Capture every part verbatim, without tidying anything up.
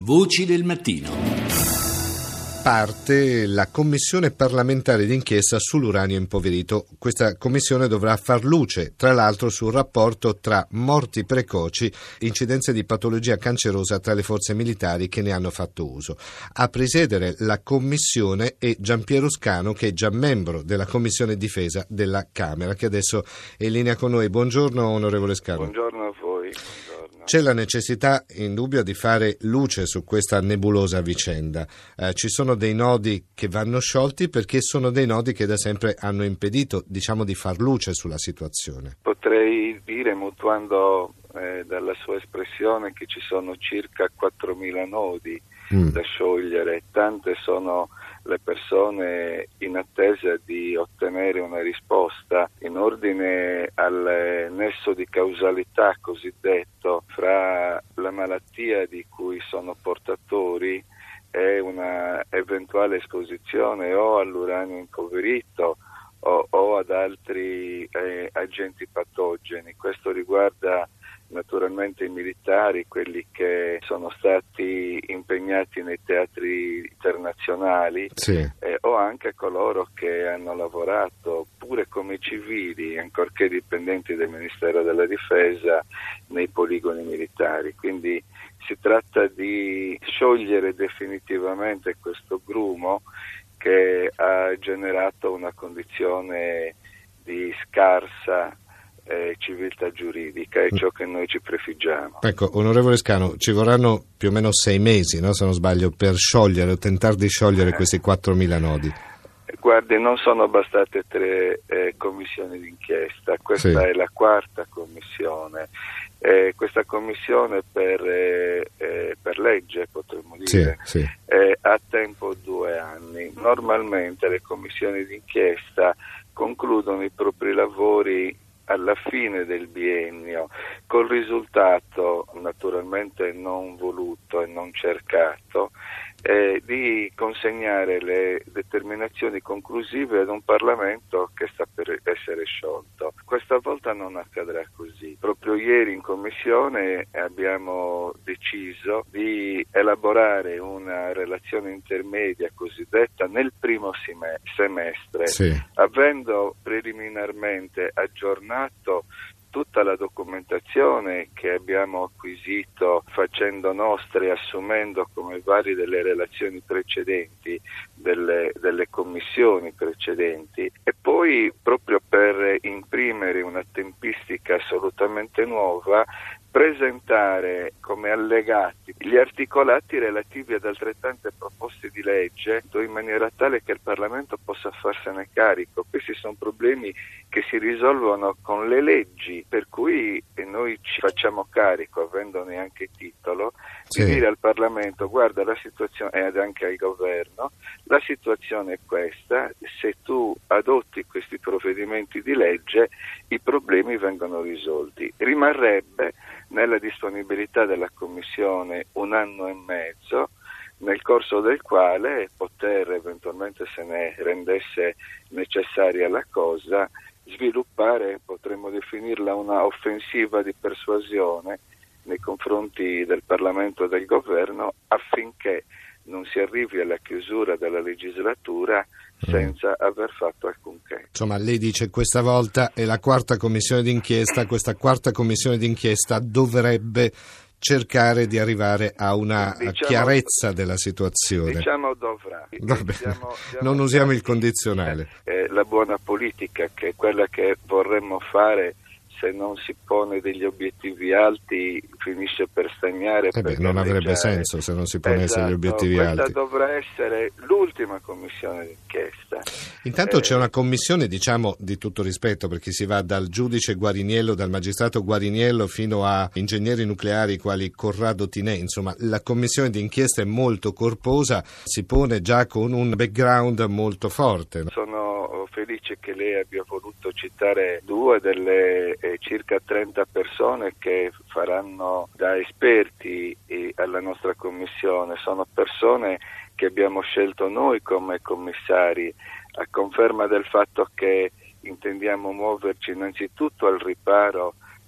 Voci del mattino. Parte la commissione parlamentare d'inchiesta sull'uranio impoverito. Questa commissione dovrà far luce, tra l'altro, sul rapporto tra morti precoci e incidenze di patologia cancerosa tra le forze militari che ne hanno fatto uso. A presiedere la commissione è Giampiero Scanu, che è già membro della commissione difesa della Camera, che adesso è in linea con noi. Buongiorno onorevole Scanu. Buongiorno a voi. C'è la necessità indubbia di fare luce su questa nebulosa vicenda. Eh, ci sono dei nodi che vanno sciolti perché sono dei nodi che da sempre hanno impedito, diciamo, di far luce sulla situazione. Potrei dire, mutuando eh, dalla sua espressione, che ci sono circa quattromila nodi mm. da sciogliere. Tante sono le persone in attesa di ottenere una risposta in ordine al nesso di causalità cosiddetto fra la malattia di cui sono portatori e una eventuale esposizione o all'uranio impoverito o, o ad altri eh, agenti patogeni. Questo riguarda naturalmente i militari, quelli che sono stati impegnati nei teatri internazionali, sì. eh, o anche coloro che hanno lavorato pure come civili, ancorché dipendenti del Ministero della Difesa, nei poligoni militari. Quindi si tratta di sciogliere definitivamente questo grumo che ha generato una condizione di scarsa Eh, civiltà giuridica, è ciò che noi ci prefiggiamo. Ecco, onorevole Scanu, ci vorranno più o meno sei mesi, no, se non sbaglio, per sciogliere o tentare di sciogliere eh. questi quattromila nodi. Guardi, non sono bastate tre eh, commissioni d'inchiesta, questa sì. è la quarta commissione. Eh, questa commissione per, eh, eh, per legge, potremmo dire, sì, sì. Eh, ha tempo due anni. Normalmente le commissioni d'inchiesta concludono i propri lavori alla fine del biennio, col risultato naturalmente non voluto e non cercato eh, di consegnare le determinazioni conclusive ad un Parlamento che sta per essere sciolto. Questa volta non accadrà così. Proprio ieri in Commissione abbiamo deciso di elaborare una relazione intermedia cosiddetta nel primo semestre, sì. avendo preliminarmente aggiornato tutta la documentazione che abbiamo acquisito facendo nostre e assumendo come vari delle relazioni precedenti, delle, delle commissioni precedenti, e poi proprio per imprimere una tempistica assolutamente nuova presentare come allegati gli articolati relativi ad altrettante proposte di legge in maniera tale che il Parlamento possa farsene carico. Questi sono problemi che si risolvono con le leggi, per cui noi ci facciamo carico, avendone anche titolo, sì. di dire al Parlamento: guarda, la situazione, ed anche al Governo, la situazione è questa, se tu adotti questi provvedimenti di legge i problemi vengono risolti. Rimarrebbe nella disponibilità della Commissione un anno e mezzo, nel corso del quale poter, eventualmente se ne rendesse necessaria la cosa, sviluppare, potremmo definirla una offensiva di persuasione nei confronti del Parlamento e del Governo, affinché non si arrivi alla chiusura della legislatura senza aver fatto alcunché. Insomma, lei dice questa volta è la quarta commissione d'inchiesta, questa quarta commissione d'inchiesta dovrebbe cercare di arrivare a una diciamo, chiarezza della situazione. Diciamo dovrà. Vabbè, siamo, siamo non usiamo il condizionale. Eh, la buona politica, che è quella che vorremmo fare, se non si pone degli obiettivi alti finisce per stagnare. Eh beh, non avrebbe senso se non si ponesse esatto, gli obiettivi questa alti. Dovrà essere l'ultima commissione d'inchiesta. Intanto eh, c'è una commissione, diciamo, di tutto rispetto, perché si va dal giudice Guariniello, dal magistrato Guariniello fino a ingegneri nucleari quali Corrado Tinè. Insomma, la commissione d'inchiesta è molto corposa, si pone già con un background molto forte. Sono felice che lei abbia voluto citare due delle eh, circa trenta persone che faranno da esperti eh, alla nostra commissione. Sono persone che abbiamo scelto noi come commissari, a conferma del fatto che intendiamo muoverci innanzitutto al riparo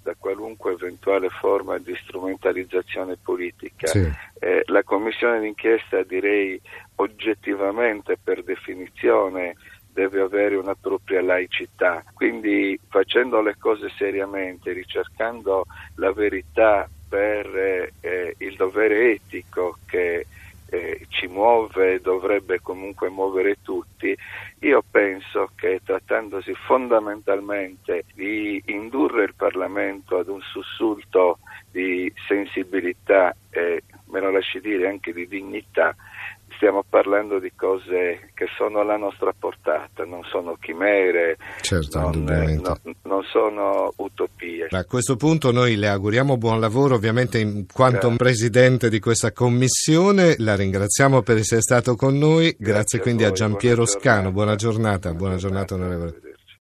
da qualunque eventuale forma di strumentalizzazione politica. Sì. Eh, la commissione d'inchiesta, direi oggettivamente, per definizione, deve avere una propria laicità, quindi facendo le cose seriamente, ricercando la verità per eh, il dovere etico che eh, ci muove, dovrebbe comunque muovere tutti, io penso che, trattandosi fondamentalmente di indurre il Parlamento ad un sussulto di sensibilità e, me lo lasci dire, anche di dignità, stiamo parlando di cose che sono alla nostra portata, non sono chimere, certo, non, no, non sono utopie. A questo punto noi le auguriamo buon lavoro, ovviamente in quanto Grazie. Presidente di questa commissione. La ringraziamo per essere stato con noi. Grazie, Grazie quindi a, a Giampiero buona Scano. Buona giornata, buona, buona giornata, onorevole.